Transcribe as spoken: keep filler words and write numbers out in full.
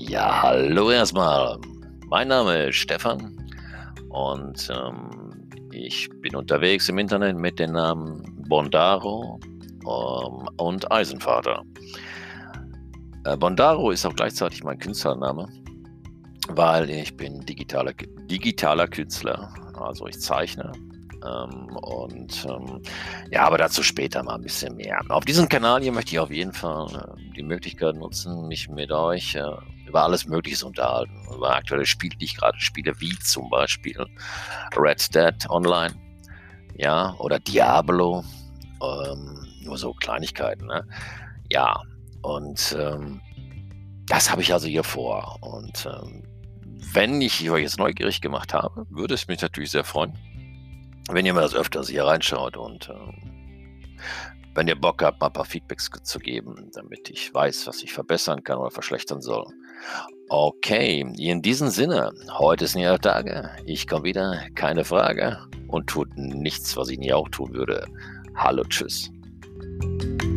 Ja, hallo erstmal. Mein Name ist Stefan und ähm, ich bin unterwegs im Internet mit den Namen Bondaro ähm, und Eisenvater. Äh, Bondaro ist auch gleichzeitig mein Künstlername, weil ich bin digitaler, digitaler Künstler, also ich zeichne. Ähm, und ähm, ja, aber dazu später mal ein bisschen mehr. Auf diesem Kanal hier möchte ich auf jeden Fall äh, die Möglichkeit nutzen, mich mit euch äh, über alles Mögliche zu unterhalten. Über aktuelle Spiele, die ich gerade spiele, wie zum Beispiel Red Dead Online, ja, oder Diablo, ähm, nur so Kleinigkeiten, ne? Ja, und ähm, das habe ich also hier vor. Und ähm, wenn ich euch jetzt neugierig gemacht habe, würde es mich natürlich sehr freuen, wenn ihr mal das öfters hier reinschaut und ähm, wenn ihr Bock habt, mal ein paar Feedbacks ge- zu geben, damit ich weiß, was ich verbessern kann oder verschlechtern soll. Okay, in diesem Sinne, heute ist ein neuer Tage. Ich komme wieder, keine Frage, und tut nichts, was ich nie auch tun würde. Hallo, tschüss.